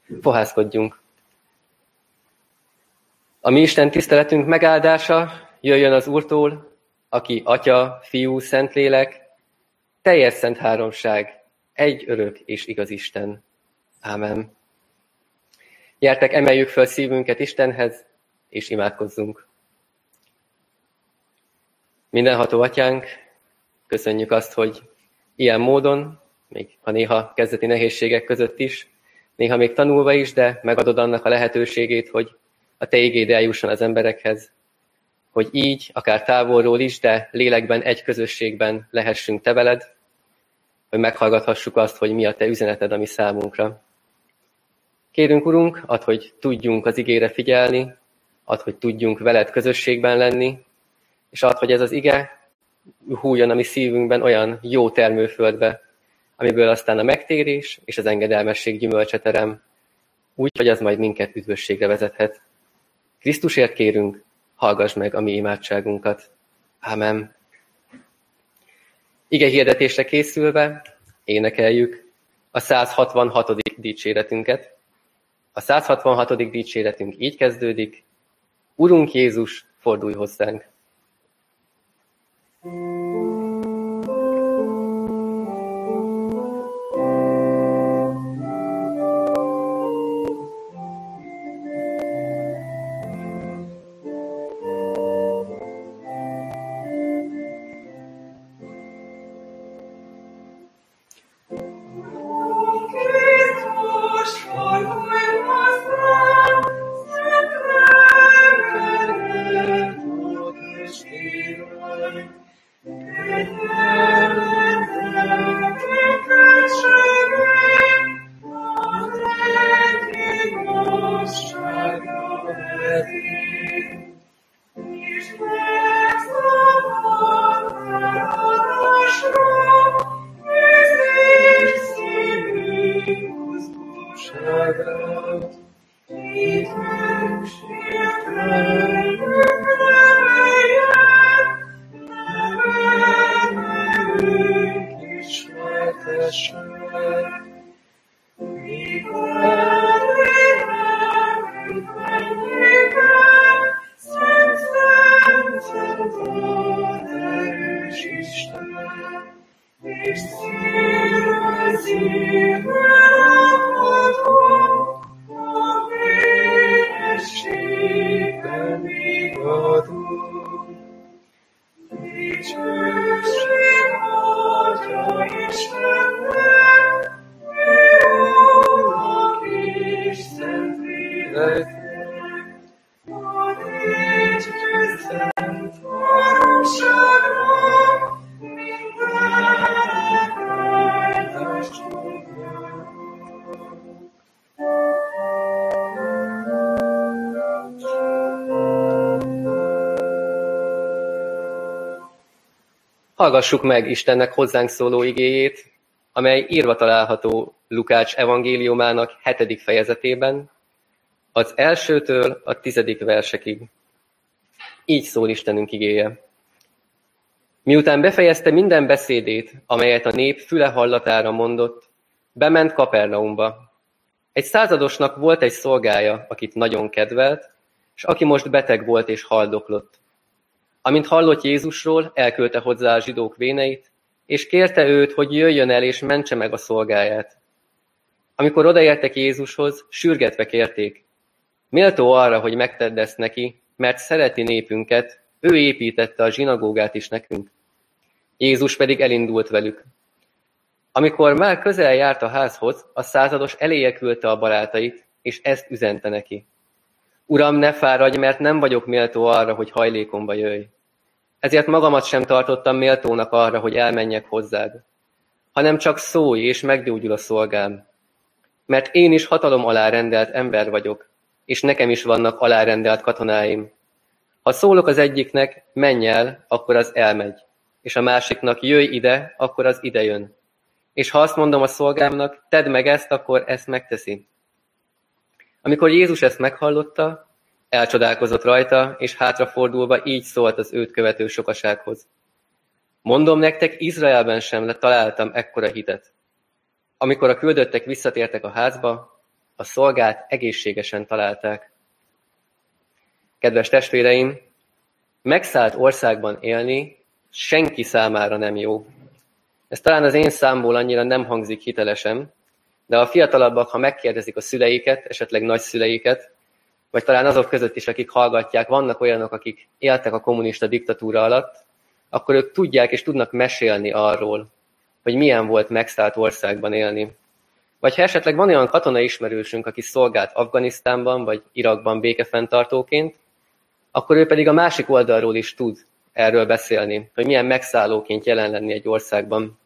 Fohászkodjunk. A mi Isten tiszteletünk megáldása jöjjön az Úrtól, aki Atya, Fiú, Szentlélek, teljes szent háromság, egy örök és igaz Isten. Ámen. Gyertek, emeljük föl szívünket Istenhez, és imádkozzunk. Mindenható Atyánk, köszönjük azt, hogy ilyen módon, még ha néha kezdeti nehézségek között is, néha még tanulva is, de megadod annak a lehetőségét, hogy a Te igéd eljusson az emberekhez, hogy így, akár távolról is, de lélekben, egy közösségben lehessünk Te veled, hogy meghallgathassuk azt, hogy mi a Te üzeneted a mi számunkra. Kérünk, Urunk, add, hogy tudjunk az igére figyelni, add, hogy tudjunk veled közösségben lenni, és add, hogy ez az ige hújjon a mi szívünkben olyan jó termőföldbe, amiből aztán a megtérés és az engedelmesség gyümölcse terem, úgy, hogy az majd minket üdvösségre vezethet. Krisztusért kérünk, hallgass meg a mi imádságunkat. Ámen. Ige hirdetésre készülve énekeljük a 166. dicséretünket. A 166. dicséretünk így kezdődik: Urunk Jézus, fordulj hozzánk! Hallgassuk meg Istennek hozzánk szóló igéjét, amely írva található Lukács evangéliumának 7. fejezetében, az 1-től a 10. versekig. Így szól Istenünk igéje. Miután befejezte minden beszédét, amelyet a nép füle hallatára mondott, bement Kapernaumba. Egy századosnak volt egy szolgája, akit nagyon kedvelt, és aki most beteg volt és haldoklott. Amint hallott Jézusról, elküldte hozzá a zsidók véneit, és kérte őt, hogy jöjjön el és mentse meg a szolgáját. Amikor odaértek Jézushoz, sürgetve kérték: méltó arra, hogy megtedd ezt neki, mert szereti népünket, ő építette a zsinagógát is nekünk. Jézus pedig elindult velük. Amikor már közel járt a házhoz, a százados eléje küldte a barátait, és ezt üzente neki: Uram, ne fáradj, mert nem vagyok méltó arra, hogy hajlékomba jöjj. Ezért magamat sem tartottam méltónak arra, hogy elmenjek hozzád, hanem csak szólj, és meggyógyul a szolgám. Mert én is hatalom alá rendelt ember vagyok, és nekem is vannak alárendelt katonáim. Ha szólok az egyiknek, menj el, akkor az elmegy, és a másiknak, jöjj ide, akkor az idejön. És ha azt mondom a szolgámnak, tedd meg ezt, akkor ezt megteszi. Amikor Jézus ezt meghallotta, elcsodálkozott rajta, és hátrafordulva így szólt az őt követő sokasághoz: Mondom nektek, Izraelben sem találtam ekkora hitet. Amikor a küldöttek visszatértek a házba, a szolgát egészségesen találták. Kedves testvéreim, megszállt országban élni senki számára nem jó. Ez talán az én számból annyira nem hangzik hitelesen, de a fiatalabbak, ha megkérdezik a szüleiket, esetleg nagyszüleiket, vagy talán azok között is, akik hallgatják, vannak olyanok, akik éltek a kommunista diktatúra alatt, akkor ők tudják és tudnak mesélni arról, hogy milyen volt megszállt országban élni. Vagy ha esetleg van olyan katonai ismerősünk, aki szolgált Afganisztánban vagy Irakban békefenntartóként, akkor ő pedig a másik oldalról is tud erről beszélni, hogy milyen megszállóként jelen lenni egy országban.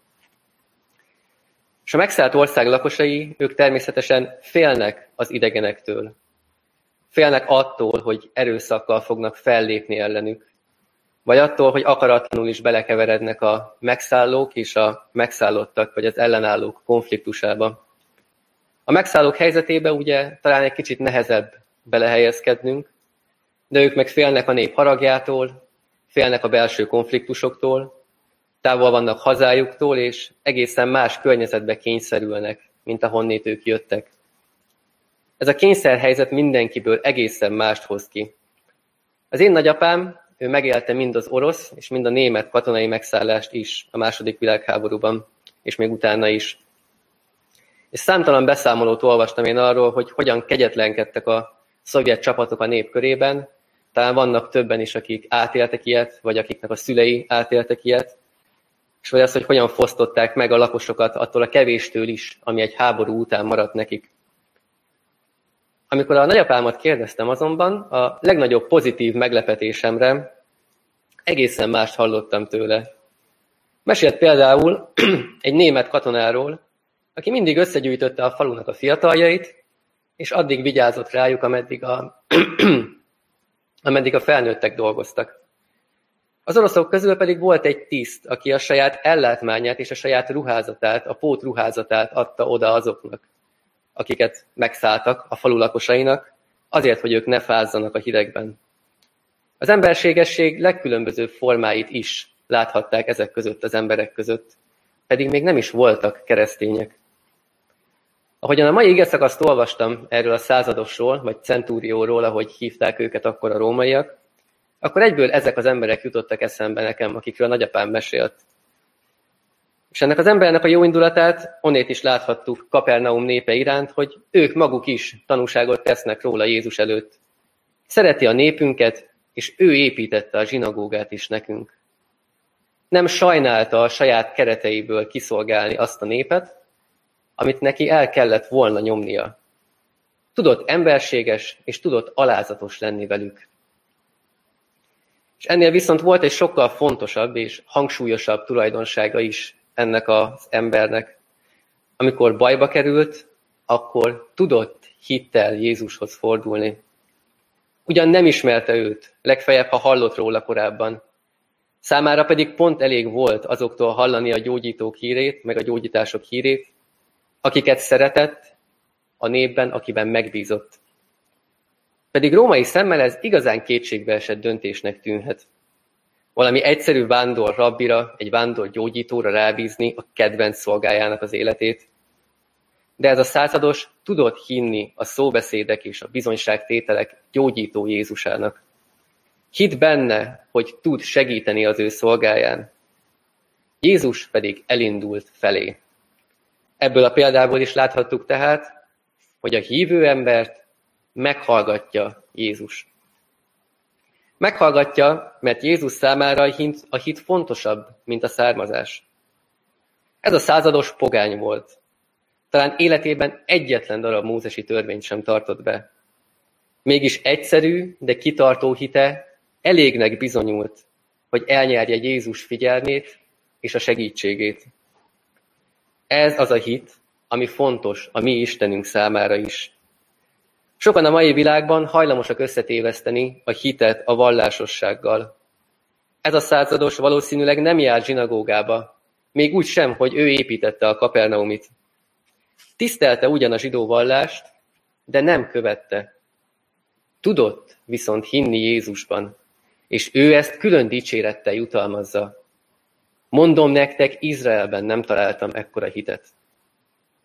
És a megszállt ország lakosai, ők természetesen félnek az idegenektől. Félnek attól, hogy erőszakkal fognak fellépni ellenük, vagy attól, hogy akaratlanul is belekeverednek a megszállók és a megszállottak, vagy az ellenállók konfliktusába. A megszállók helyzetébe ugye talán egy kicsit nehezebb belehelyezkednünk, de ők meg félnek a nép haragjától, félnek a belső konfliktusoktól, távol vannak hazájuktól, és egészen más környezetbe kényszerülnek, mint ahonnét ők jöttek. Ez a kényszerhelyzet mindenkiből egészen mást hoz ki. Az én nagyapám, ő megélte mind az orosz és mind a német katonai megszállást is a II. Világháborúban, és még utána is. És számtalan beszámolót olvastam én arról, hogy hogyan kegyetlenkedtek a szovjet csapatok a nép körében. Talán vannak többen is, akik átéltek ilyet, vagy akiknek a szülei átéltek ilyet. És vagy az, hogy hogyan fosztották meg a lakosokat attól a kevéstől is, ami egy háború után maradt nekik. Amikor a nagyapámat kérdeztem azonban, a legnagyobb pozitív meglepetésemre egészen mást hallottam tőle. Mesélt például egy német katonáról, aki mindig összegyűjtötte a falunak a fiataljait, és addig vigyázott rájuk, ameddig a felnőttek dolgoztak. Az oroszok közül pedig volt egy tiszt, aki a saját ellátmányát és a saját ruházatát, a pótruházatát adta oda azoknak, akiket megszálltak a falu lakosainak, azért, hogy ők ne fázzanak a hidegben. Az emberségesség legkülönbözőbb formáit is láthatták ezek között az emberek között, pedig még nem is voltak keresztények. Ahogyan a mai igeszakaszt olvastam erről a századosról, vagy centúrióról, ahogy hívták őket akkor a rómaiak, akkor egyből ezek az emberek jutottak eszembe nekem, akikről a nagyapám mesélt. És ennek az embernek a jó indulatát onnét is láthattuk Kapernaum népe iránt, hogy ők maguk is tanúságot tesznek róla Jézus előtt. Szereti a népünket, és ő építette a zsinagógát is nekünk. Nem sajnálta a saját kereteiből kiszolgálni azt a népet, amit neki el kellett volna nyomnia. Tudott emberséges, és tudott alázatos lenni velük. És ennél viszont volt egy sokkal fontosabb és hangsúlyosabb tulajdonsága is ennek az embernek. Amikor bajba került, akkor tudott hittel Jézushoz fordulni. Ugyan nem ismerte őt, legfeljebb, ha hallott róla korábban. Számára pedig pont elég volt azoktól hallani a gyógyítók hírét, meg a gyógyítások hírét, akiket szeretett, a népben, akiben megbízott. Pedig római szemmel ez igazán kétségbeesett döntésnek tűnhet. Valami egyszerű vándor rabbira, egy vándor gyógyítóra rábízni a kedvenc szolgájának az életét. De ez a százados tudott hinni a szóbeszédek és a bizonyságtételek gyógyító Jézusának. Hitt benne, hogy tud segíteni az ő szolgáján. Jézus pedig elindult felé. Ebből a példából is láthattuk tehát, hogy a hívő embert meghallgatja Jézus. Meghallgatja, mert Jézus számára a hit fontosabb, mint a származás. Ez a százados pogány volt. Talán életében egyetlen darab mózesi törvényt sem tartott be. Mégis egyszerű, de kitartó hite elégnek bizonyult, hogy elnyerje Jézus figyelmét és a segítségét. Ez az a hit, ami fontos a mi Istenünk számára is. Sokan a mai világban hajlamosak összetéveszteni a hitet a vallásossággal. Ez a százados valószínűleg nem járt zsinagógába, még úgy sem, hogy ő építette a Kapernaumit. Tisztelte ugyan a zsidó vallást, de nem követte. Tudott viszont hinni Jézusban, és ő ezt külön dicsérettel jutalmazza. Mondom nektek, Izraelben nem találtam ekkora hitet.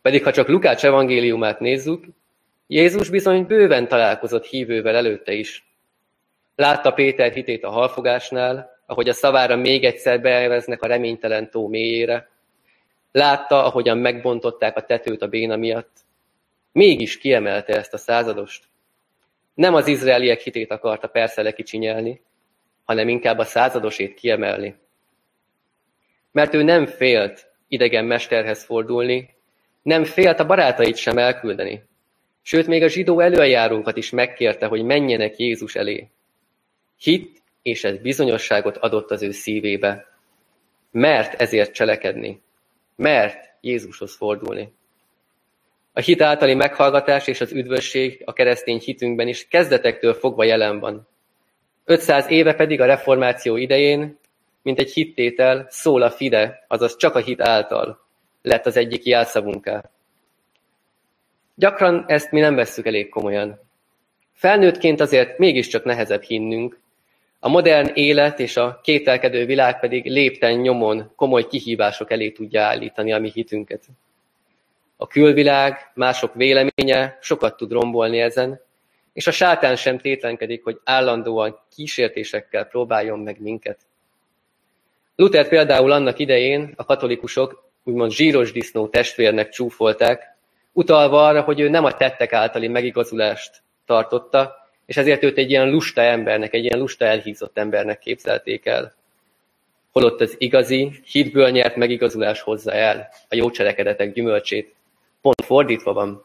Pedig ha csak Lukács evangéliumát nézzük, Jézus bizony bőven találkozott hívővel előtte is. Látta Péter hitét a halfogásnál, ahogy a szavára még egyszer beeveznek a reménytelen tó mélyére. Látta, ahogyan megbontották a tetőt a béna miatt. Mégis kiemelte ezt a századost. Nem az izraeliek hitét akarta persze lekicsinyelni, hanem inkább a századosét kiemelni. Mert ő nem félt idegen mesterhez fordulni, nem félt a barátait sem elküldeni. Sőt, még a zsidó előjárókat is megkérte, hogy menjenek Jézus elé. Hitt, és ez bizonyosságot adott az ő szívébe. Mert ezért cselekedni. Mert Jézushoz fordulni. A hit általi meghallgatás és az üdvösség a keresztény hitünkben is kezdetektől fogva jelen van. 500 éve pedig a reformáció idején, mint egy hittétel, szól a fide, azaz csak a hit által lett az egyik jelszavunká. Gyakran ezt mi nem vesszük elég komolyan. Felnőttként azért mégiscsak nehezebb hinnünk, a modern élet és a kételkedő világ pedig lépten nyomon komoly kihívások elé tudja állítani a mi hitünket. A külvilág, mások véleménye sokat tud rombolni ezen, és a sátán sem tétlenkedik, hogy állandóan kísértésekkel próbáljon meg minket. Luther például annak idején a katolikusok úgymond zsíros disznó testvérnek csúfolták, utalva arra, hogy ő nem a tettek általi megigazulást tartotta, és ezért őt egy ilyen lusta embernek, egy ilyen lusta elhízott embernek képzelték el. Holott az igazi, hitből nyert megigazulás hozza el a jó cselekedetek gyümölcsét. Pont fordítva van.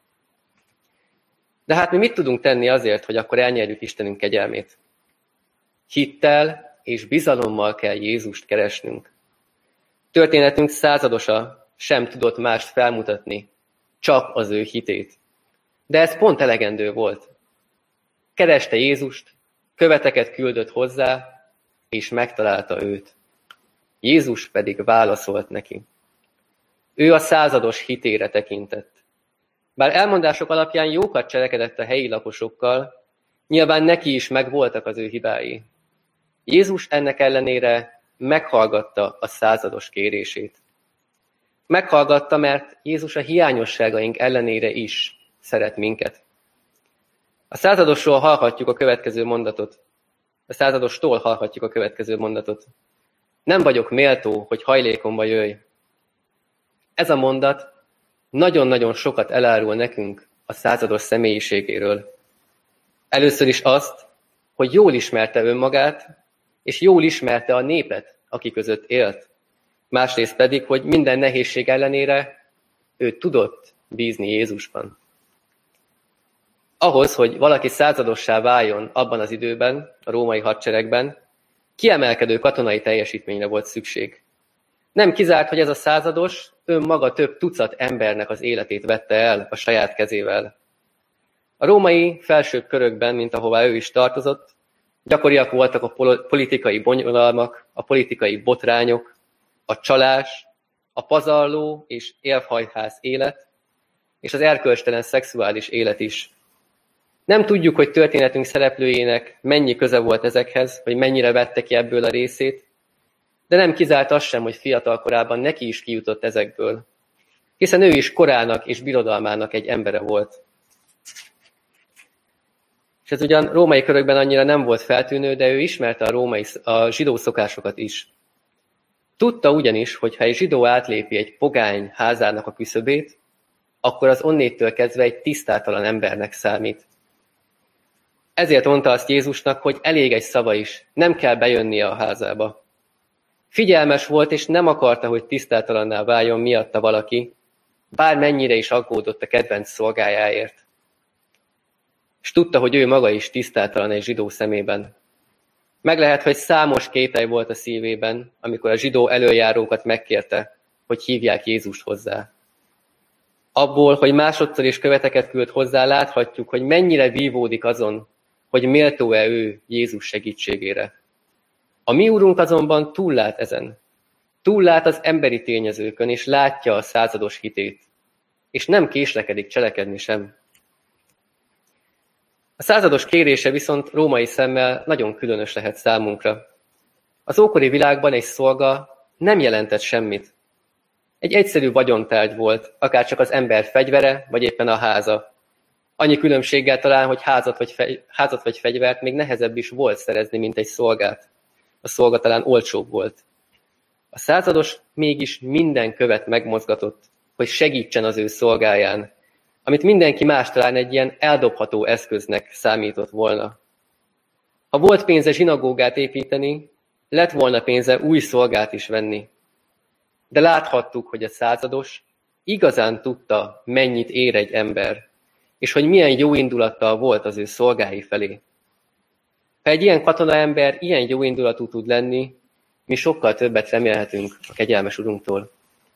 De hát mi mit tudunk tenni azért, hogy akkor elnyerjük Istenünk kegyelmét? Hittel és bizalommal kell Jézust keresnünk. Történetünk századosa sem tudott mást felmutatni, csak az ő hitét. De ez pont elegendő volt. Kereste Jézust, követeket küldött hozzá, és megtalálta őt. Jézus pedig válaszolt neki. Ő a százados hitére tekintett. Bár elmondások alapján jókat cselekedett a helyi lakosokkal, nyilván neki is megvoltak az ő hibái. Jézus ennek ellenére meghallgatta a százados kérését. Meghallgatta, mert Jézus a hiányosságaink ellenére is szeret minket. A századosról hallhatjuk a következő mondatot. A századostól hallhatjuk a következő mondatot. Nem vagyok méltó, hogy hajlékomba jöjj. Ez a mondat nagyon-nagyon sokat elárul nekünk a százados személyiségéről. Először is azt, hogy jól ismerte önmagát, és jól ismerte a népet, aki között élt. Másrészt pedig, hogy minden nehézség ellenére ő tudott bízni Jézusban. Ahhoz, hogy valaki századossá váljon abban az időben, a római hadseregben, kiemelkedő katonai teljesítményre volt szükség. Nem kizárt, hogy ez a százados önmaga több tucat embernek az életét vette el a saját kezével. A római felsőbb körökben, mint ahová ő is tartozott, gyakoriak voltak a politikai bonyodalmak, a politikai botrányok, a csalás, a pazarló és élfhajhász élet, és az erkölcstelen szexuális élet is. Nem tudjuk, hogy történetünk szereplőjének mennyi köze volt ezekhez, hogy mennyire vette ki ebből a részét, de nem kizárt az sem, hogy fiatal korában neki is kijutott ezekből, hiszen ő is korának és birodalmának egy embere volt. És ez ugyan római körökben annyira nem volt feltűnő, de ő ismerte a zsidó szokásokat is. Tudta ugyanis, hogy ha egy zsidó átlépi egy pogány házának a küszöbét, akkor az onnétől kezdve egy tisztátalan embernek számít. Ezért mondta azt Jézusnak, hogy elég egy szava is, nem kell bejönnie a házába. Figyelmes volt, és nem akarta, hogy tisztátalanná váljon miatta valaki, bármennyire is aggódott a kedvenc szolgájáért. És tudta, hogy ő maga is tisztátalan egy zsidó szemében. Meg lehet, hogy számos kételj volt a szívében, amikor a zsidó előjárókat megkérte, hogy hívják Jézust hozzá. Abból, hogy másodszor is követeket küld hozzá, láthatjuk, hogy mennyire vívódik azon, hogy méltó-e ő Jézus segítségére. A mi úrunk azonban túllát ezen. Túllát az emberi tényezőkön, és látja a százados hitét. És nem késlekedik cselekedni sem. A százados kérése viszont római szemmel nagyon különös lehet számunkra. Az ókori világban egy szolga nem jelentett semmit. Egy egyszerű vagyontárgy volt, akárcsak az ember fegyvere, vagy éppen a háza. Annyi különbséggel talán, hogy házat vagy fegyvert még nehezebb is volt szerezni, mint egy szolgát. A szolga talán olcsóbb volt. A százados mégis minden követ megmozgatott, hogy segítsen az ő szolgáján, amit mindenki más talán egy ilyen eldobható eszköznek számított volna. Ha volt pénze zsinagógát építeni, lett volna pénze új szolgát is venni. De láthattuk, hogy a százados igazán tudta, mennyit ér egy ember, és hogy milyen jó indulattal volt az ő szolgái felé. Ha egy ilyen katonaember ilyen jó indulatú tud lenni, mi sokkal többet remélhetünk a kegyelmes Urunktól.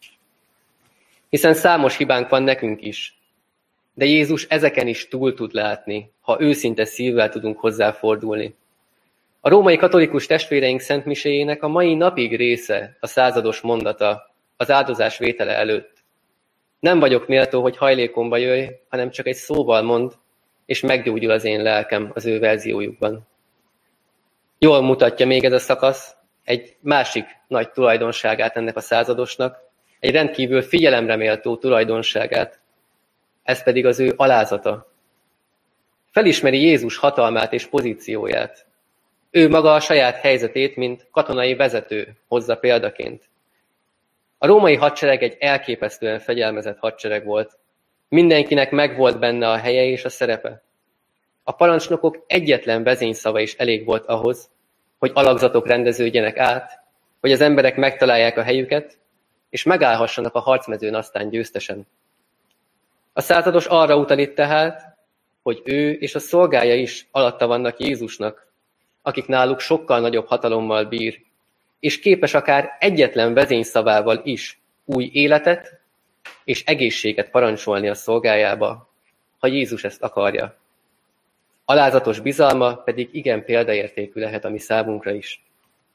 Hiszen számos hibánk van nekünk is, de Jézus ezeken is túl tud látni, ha őszinte szívvel tudunk hozzáfordulni. A római katolikus testvéreink szentmiséjének a mai napig része a százados mondata az áldozás vétele előtt. Nem vagyok méltó, hogy hajlékomba jöjj, hanem csak egy szóval mond, és meggyógyul az én lelkem az ő verziójukban. Jól mutatja még ez a szakasz egy másik nagy tulajdonságát ennek a századosnak, egy rendkívül figyelemre méltó tulajdonságát, ez pedig az ő alázata. Felismeri Jézus hatalmát és pozícióját. Ő maga a saját helyzetét, mint katonai vezető hozza példaként. A római hadsereg egy elképesztően fegyelmezett hadsereg volt. Mindenkinek megvolt benne a helye és a szerepe. A parancsnokok egyetlen vezényszava is elég volt ahhoz, hogy alakzatok rendeződjenek át, hogy az emberek megtalálják a helyüket, és megállhassanak a harcmezőn aztán győztesen. A százados arra utal itt tehát, hogy ő és a szolgája is alatta vannak Jézusnak, akik náluk sokkal nagyobb hatalommal bír, és képes akár egyetlen vezényszavával is új életet és egészséget parancsolni a szolgájába, ha Jézus ezt akarja. Alázatos bizalma pedig igen példaértékű lehet a mi számunkra is.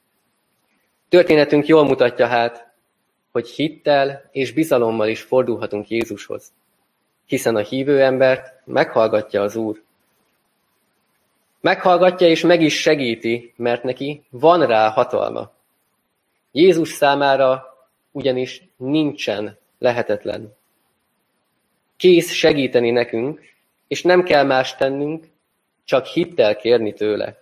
Történetünk jól mutatja hát, hogy hittel és bizalommal is fordulhatunk Jézushoz, hiszen a hívő embert meghallgatja az Úr. Meghallgatja és meg is segíti, mert neki van rá hatalma. Jézus számára ugyanis nincsen lehetetlen. Kész segíteni nekünk, és nem kell más tennünk, csak hittel kérni tőle.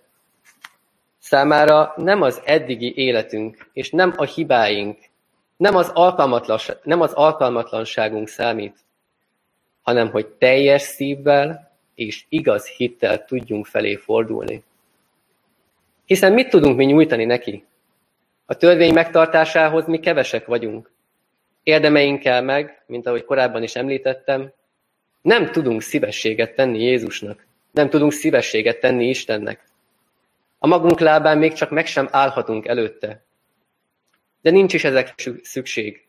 Számára nem az eddigi életünk, és nem a hibáink, nem az alkalmatlanságunk számít, hanem hogy teljes szívvel és igaz hittel tudjunk felé fordulni. Hiszen mit tudunk mi nyújtani neki? A törvény megtartásához mi kevesek vagyunk. Érdemeinkkel meg, mint ahogy korábban is említettem, nem tudunk szívességet tenni Jézusnak, nem tudunk szívességet tenni Istennek. A magunk lábán még csak meg sem állhatunk előtte. De nincs is ezek szükség.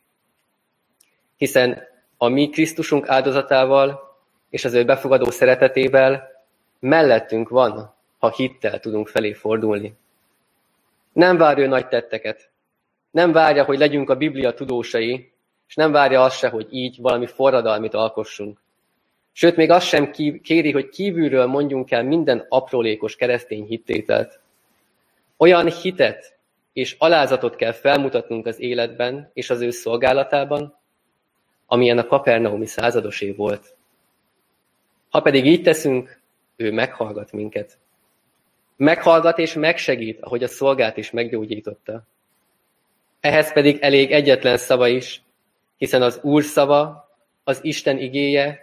Hiszen a mi Krisztusunk áldozatával és az ő befogadó szeretetével mellettünk van, ha hittel tudunk felé fordulni. Nem vár ő nagy tetteket. Nem várja, hogy legyünk a Biblia tudósai, és nem várja azt se, hogy így valami forradalmit alkossunk. Sőt, még azt sem kéri, hogy kívülről mondjunk el minden aprólékos keresztény hittételt. Olyan hitet és alázatot kell felmutatnunk az életben és az ő szolgálatában, amilyen a kapernaumi századosé volt. Ha pedig így teszünk, ő meghallgat minket. Meghallgat és megsegít, ahogy a szolgát is meggyógyította. Ehhez pedig elég egyetlen szava is, hiszen az Úr szava, az Isten igéje,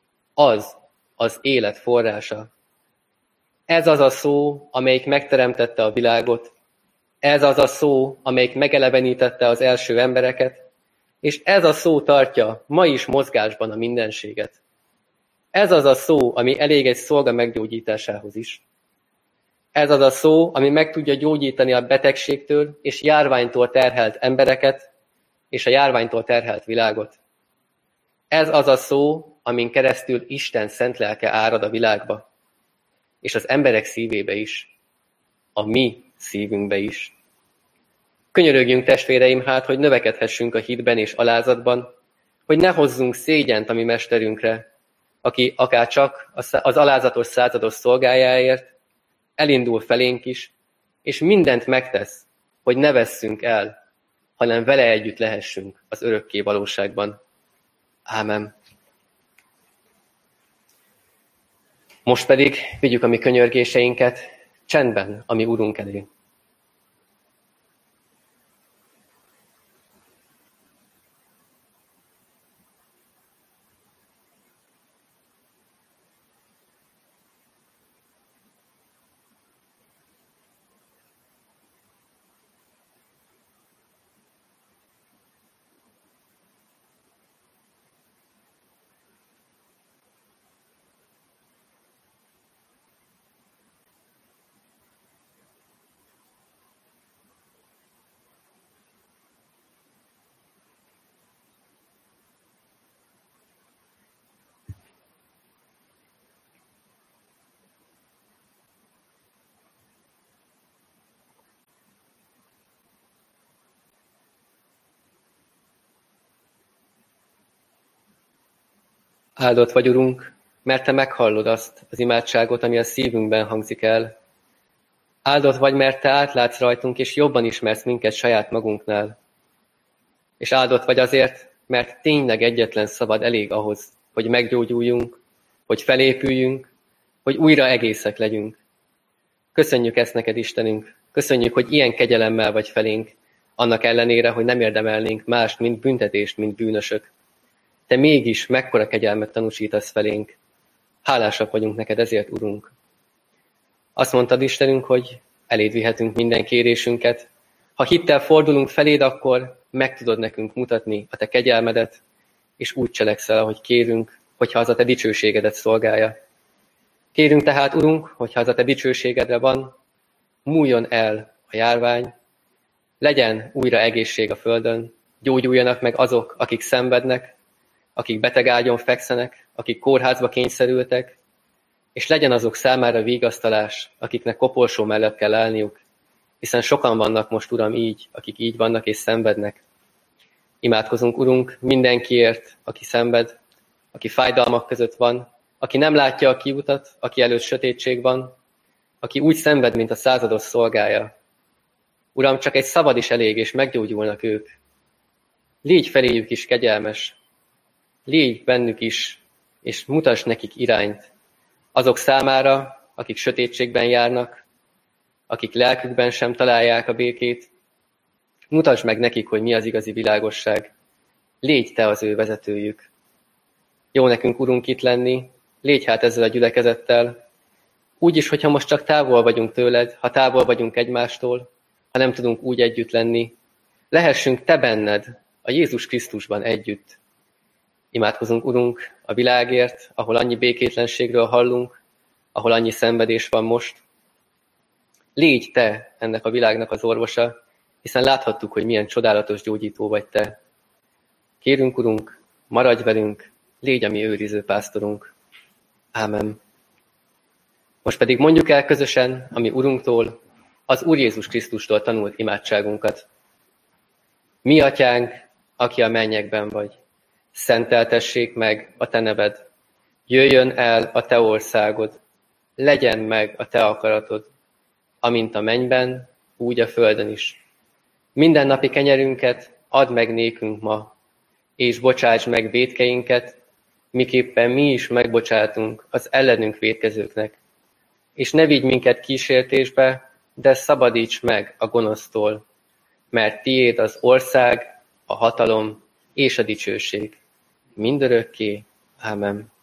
az élet forrása. Ez az a szó, amelyik megteremtette a világot, ez az a szó, amelyik megelevenítette az első embereket, és ez a szó tartja ma is mozgásban a mindenséget. Ez az a szó, ami elég egy szolga meggyógyításához is. Ez az a szó, ami meg tudja gyógyítani a betegségtől és járványtól terhelt embereket és a járványtól terhelt világot. Ez az a szó, amin keresztül Isten szent lelke árad a világba, és az emberek szívébe is, a mi szívünkbe is. Könyörögjünk, testvéreim, hát, hogy növekedhessünk a hitben és alázatban, hogy ne hozzunk szégyent a mi mesterünkre, aki akár csak az alázatos százados szolgájáért elindul felénk is, és mindent megtesz, hogy ne vesszünk el, hanem vele együtt lehessünk az örökké valóságban. Ámen. Most pedig vigyük a mi könyörgéseinket csendben a mi Urunk elé. Áldott vagy, Urunk, mert Te meghallod azt az imádságot, ami a szívünkben hangzik el. Áldott vagy, mert Te átlátsz rajtunk, és jobban ismersz minket saját magunknál. És áldott vagy azért, mert tényleg egyetlen szavad elég ahhoz, hogy meggyógyuljunk, hogy felépüljünk, hogy újra egészek legyünk. Köszönjük ezt neked, Istenünk, köszönjük, hogy ilyen kegyelemmel vagy felénk, annak ellenére, hogy nem érdemelnénk mást, mint büntetést, mint bűnösök. Te mégis mekkora kegyelmet tanúsítasz felénk. Hálásak vagyunk neked ezért, Urunk. Azt mondtad, Istenünk, hogy eléd vihetünk minden kérésünket. Ha hittel fordulunk feléd, akkor meg tudod nekünk mutatni a te kegyelmedet, és úgy cselekszel, ahogy kérünk, hogyha az a te dicsőségedet szolgálja. Kérünk tehát, Urunk, hogyha az a te dicsőségedre van, múljon el a járvány, legyen újra egészség a földön, gyógyuljanak meg azok, akik szenvednek, akik betegágyon fekszenek, akik kórházba kényszerültek, és legyen azok számára vigasztalás, akiknek koporsó mellett kell állniuk, hiszen sokan vannak most, Uram, így, akik így vannak és szenvednek. Imádkozunk, Urunk, mindenkiért, aki szenved, aki fájdalmak között van, aki nem látja a kiutat, aki előtt sötétség van, aki úgy szenved, mint a százados szolgája. Uram, csak egy szavad is elég, és meggyógyulnak ők. Légy feléjük is kegyelmes, légy bennük is, és mutasd nekik irányt. Azok számára, akik sötétségben járnak, akik lelkükben sem találják a békét, mutasd meg nekik, hogy mi az igazi világosság. Légy te az ő vezetőjük. Jó nekünk, Urunk, itt lenni, légy hát ezzel a gyülekezettel, úgyis, hogyha most csak távol vagyunk tőled, ha távol vagyunk egymástól, ha nem tudunk úgy együtt lenni, lehessünk te benned, a Jézus Krisztusban együtt. Imádkozunk, Urunk, a világért, ahol annyi békétlenségről hallunk, ahol annyi szenvedés van most. Légy te ennek a világnak az orvosa, hiszen láthattuk, hogy milyen csodálatos gyógyító vagy te. Kérünk, Urunk, maradj velünk, légy a mi őriző pásztorunk. Ámen. Most pedig mondjuk el közösen a mi Urunktól, az Úr Jézus Krisztustól tanult imádságunkat. Mi, Atyánk, aki a mennyekben vagy, szenteltessék meg a te neved, jöjjön el a te országod, legyen meg a te akaratod, amint a mennyben, úgy a földön is. Mindennapi kenyerünket add meg nékünk ma, és bocsáss meg vétkeinket, miképpen mi is megbocsátunk az ellenünk vétkezőknek. És ne vigy minket kísértésbe, de szabadíts meg a gonosztól, mert tiéd az ország, a hatalom és a dicsőség. Mindörökké. Ámen.